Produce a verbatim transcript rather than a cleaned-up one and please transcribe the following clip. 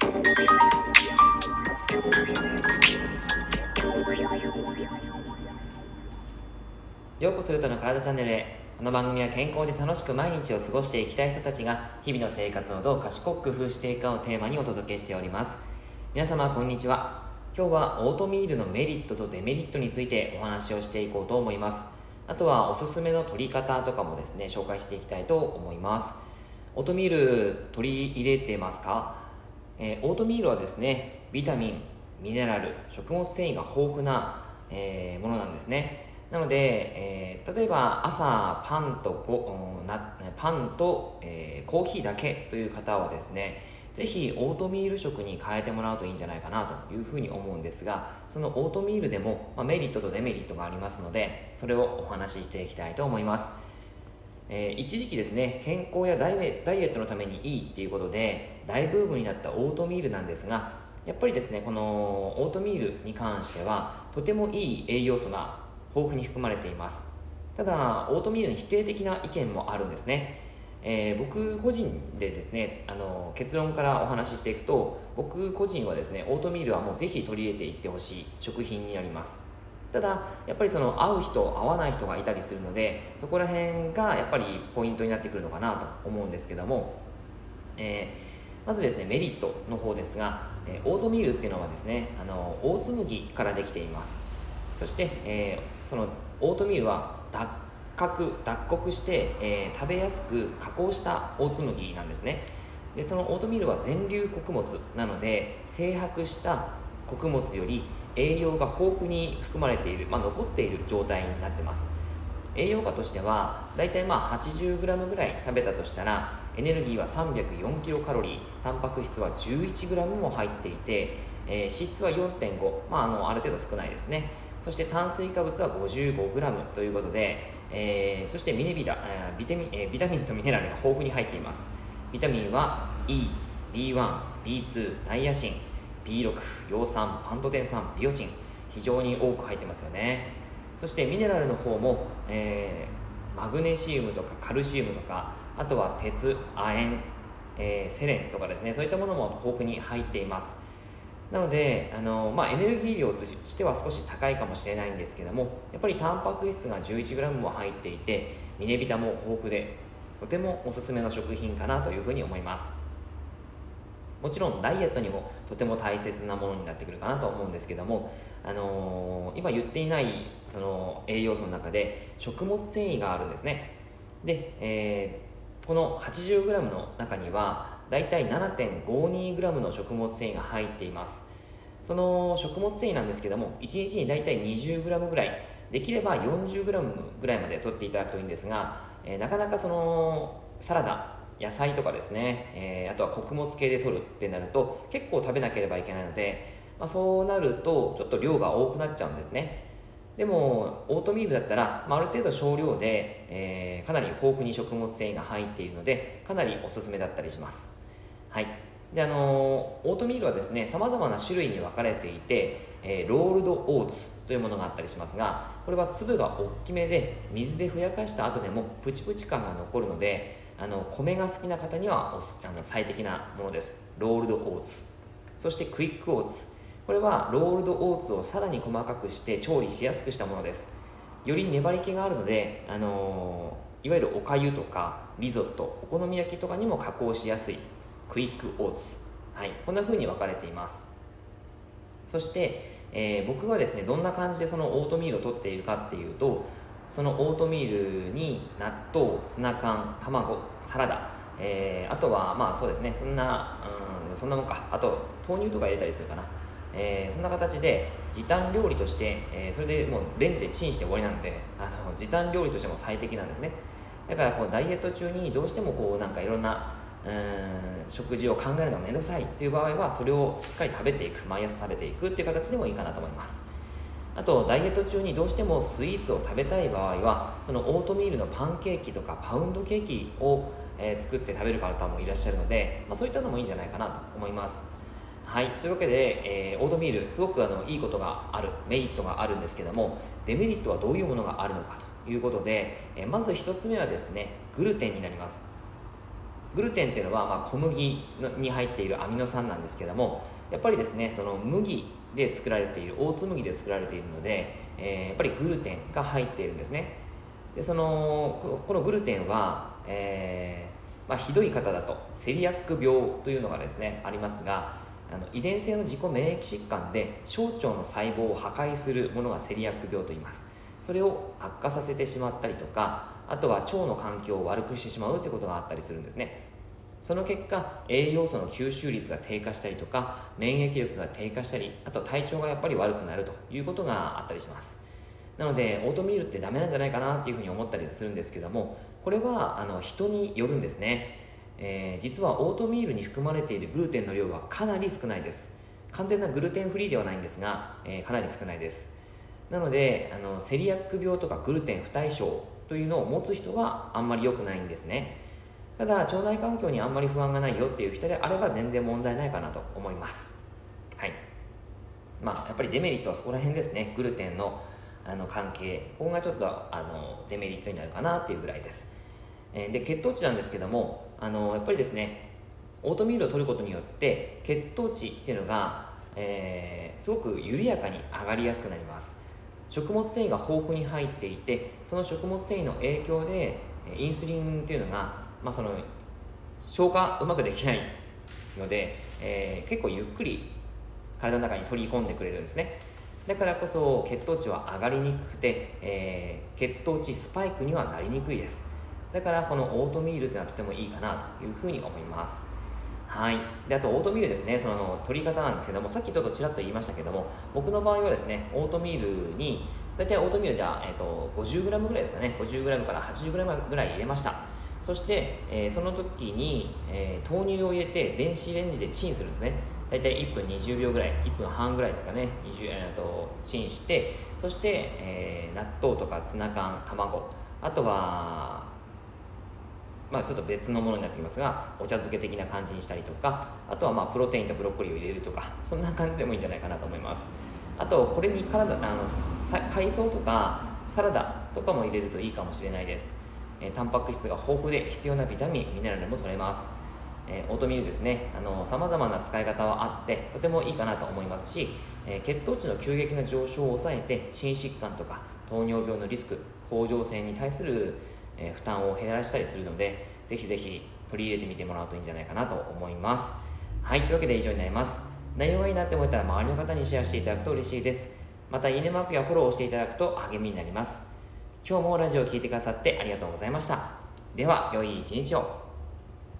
ようこそゆうたの体チャンネルへ。この番組は健康で楽しく毎日を過ごしていきたい人たちが日々の生活をどう賢く工夫していくかをテーマにお届けしております。皆様こんにちは。今日はオートミールのメリットとデメリットについてお話をしていこうと思います。あとはおすすめの取り方とかもですね紹介していきたいと思います。オートミール取り入れてますか？えー、オートミールはですねビタミン、ミネラル、食物繊維が豊富な、えー、ものなんですね。なので、えー、例えば朝パンとごなパンと、えー、コーヒーだけという方はですね、ぜひオートミール食に変えてもらうといいんじゃないかなというふうに思うんですが、そのオートミールでも、まあ、メリットとデメリットがありますので、それをお話ししていきたいと思います。えー、一時期ですね、健康やダイエットのためにいいっていうことで大ブームになったオートミールなんですが、やっぱりですねこのオートミールに関してはとてもいい栄養素が豊富に含まれています。ただオートミールに否定的な意見もあるんですね。えー、僕個人でですねあの結論からお話ししていくと、僕個人はですねオートミールはもうぜひ取り入れていってほしい食品になります。ただやっぱりその合う人合わない人がいたりするので、そこら辺がやっぱりポイントになってくるのかなと思うんですけども、えー、まずですねメリットの方ですが、えー、オートミールっていうのはですねあの大粒麦からできています。そして、えー、そのオートミールは脱角脱穀して、えー、食べやすく加工したオーツ麦なんですね。でそのオートミールは全粒穀物なので、精白した穀物より栄養が豊富に含まれている、まあ、残っている状態になってます。栄養価としてはだいたいまあ はちじゅうグラム ぐらい食べたとしたら、エネルギーは さんびゃくよんキロカロリー、タンパク質は じゅういちグラム も入っていて、えー、脂質は よんてんご、まあ、あのある程度少ないですね。そして炭水化物は ごじゅうごグラム ということで、えー、そしてミネビラ、えー、ビタミン、えー、ビタミンとミネラルが豊富に入っています。ビタミンは E、ビーワン、ビーツー、ナイアシン、ビーろく、葉酸、パントテン酸、ビオチン、非常に多く入ってますよね。そしてミネラルの方も、えー、マグネシウムとかカルシウムとか、あとは鉄、亜鉛、えー、セレンとかですね、そういったものも豊富に入っています。なのであの、まあ、エネルギー量としては少し高いかもしれないんですけども、やっぱりタンパク質が じゅういちグラム も入っていて、ミネビタも豊富でとてもおすすめの食品かなというふうに思います。もちろんダイエットにもとても大切なものになってくるかなと思うんですけども、あのー、今言っていないその栄養素の中で食物繊維があるんですね。で、えー、この はちじゅうグラム の中にはだいたい ななてんごにグラム の食物繊維が入っています。その食物繊維なんですけども、いちにちにだいたい にじゅうグラム ぐらい、できれば よんじゅうグラム ぐらいまで取っていただくといいんですが、えー、なかなかそのサラダ、野菜とかですね、えー、あとは穀物系で取るってなると結構食べなければいけないので、まあ、そうなるとちょっと量が多くなっちゃうんですね。でもオートミールだったら、まあ、ある程度少量で、えー、かなり豊富に食物繊維が入っているので、かなりおすすめだったりします。はい。であのー、オートミールはですね様々な種類に分かれていて、えー、ロールドオーツというものがあったりしますが、これは粒が大きめで水でふやかした後でもプチプチ感が残るので、あの米が好きな方にはおすあの最適なものです。ロールドオーツ、そしてクイックオーツ、これはロールドオーツをさらに細かくして調理しやすくしたものです。より粘り気があるので、あのー、いわゆるおかゆとかリゾット、お好み焼きとかにも加工しやすいクイックオーツ、はい、こんな風に分かれています。そして、えー、僕はですねどんな感じでそのオートミールを取っているかっていうと、そのオートミールに納豆、ツナ缶、卵、サラダ、えー、あとはまあそうですねそんな、うん、そんなもんか、あと豆乳とか入れたりするかな、えー、そんな形で時短料理として、えー、それでもうレンジでチンして終わりなんで、あの時短料理としても最適なんですね。だからこうダイエット中にどうしてもこうなんかいろんなうーん食事を考えるのがめんどくさいという場合は、それをしっかり食べていく、毎朝食べていくっていう形でもいいかなと思います。あとダイエット中にどうしてもスイーツを食べたい場合は、そのオートミールのパンケーキとかパウンドケーキを、えー、作って食べる方もいらっしゃるので、まあ、そういったのもいいんじゃないかなと思います。はい、というわけで、えー、オートミールすごくあのいいことがある、メリットがあるんですけども、デメリットはどういうものがあるのかということで、えー、まず一つ目はですねグルテンになります。 グルテンというのは、まあ、小麦に入っているアミノ酸なんですけども、やっぱりですね、その麦で作られている、オーツ麦で作られているので、えー、やっぱりグルテンが入っているんですね。でそのこのグルテンは、えーまあ、ひどい方だとセリアック病というのがですねありますが、あの遺伝性の自己免疫疾患で小腸の細胞を破壊するものがセリアック病と言います。それを悪化させてしまったりとか、あとは腸の環境を悪くしてしまうということがあったりするんですね。その結果、栄養素の吸収率が低下したりとか、免疫力が低下したり、あと体調がやっぱり悪くなるということがあったりします。なのでオートミールってダメなんじゃないかなっていうふうに思ったりするんですけども、これはあの人によるんですね。えー、実はオートミールに含まれているグルテンの量はかなり少ないです。完全なグルテンフリーではないんですが、えー、かなり少ないです。なのであのセリアック病とかグルテン不対症というのを持つ人はあんまり良くないんですね。ただ腸内環境にあんまり不安がないよっていう人であれば全然問題ないかなと思います。はい。まあやっぱりデメリットはそこら辺ですね。グルテンのあの関係、ここがちょっとあのデメリットになるかなっていうぐらいです。えー、で血糖値なんですけども、あのやっぱりですね、オートミールを取ることによって血糖値っていうのが、えー、すごく緩やかに上がりやすくなります。食物繊維が豊富に入っていて、その食物繊維の影響でインスリンっていうのが、まあ、その消化うまくできないので、えー、結構ゆっくり体の中に取り込んでくれるんですね。だからこそ血糖値は上がりにくくて、えー、血糖値スパイクにはなりにくいです。だからこのオートミールというのはとてもいいかなというふうに思います。はい。で、あとオートミールですね、その取り方なんですけども、さっきちょっとちらっと言いましたけども、僕の場合はですね、オートミールに大体オートミールじゃあ、えー、と ごじゅうグラム ぐらいですかね、ごじゅうグラム から はちじゅうグラム ぐらい入れました。そして、えー、その時に、えー、豆乳を入れて電子レンジでチンするんですね。だいたいいっぷんにじゅうびょうぐらい、いっぷんはんぐらいですかね、にじゅうえー、とチンして、そして、えー、納豆とかツナ缶、卵、あとは、まあ、ちょっと別のものになってきますが、お茶漬け的な感じにしたりとか、あとはまあプロテインとブロッコリーを入れるとか、そんな感じでもいいんじゃないかなと思います。あと、これに体あの海藻とかサラダとかも入れるといいかもしれないです。えー、タンパク質が豊富で必要なビタミン、ミネラルも取れます。えー、オートミールですね、さまざまな使い方はあってとてもいいかなと思いますし、えー、血糖値の急激な上昇を抑えて心疾患とか糖尿病のリスク、甲状腺に対する、えー、負担を減らしたりするので、ぜひぜひ取り入れてみてもらうといいんじゃないかなと思います。はい、というわけで以上になります。内容がいいなって思ったら周りの方にシェアしていただくと嬉しいです。またいいねマークやフォローをしていただくと励みになります。今日もラジオを聞いてくださってありがとうございました。では良い一日を。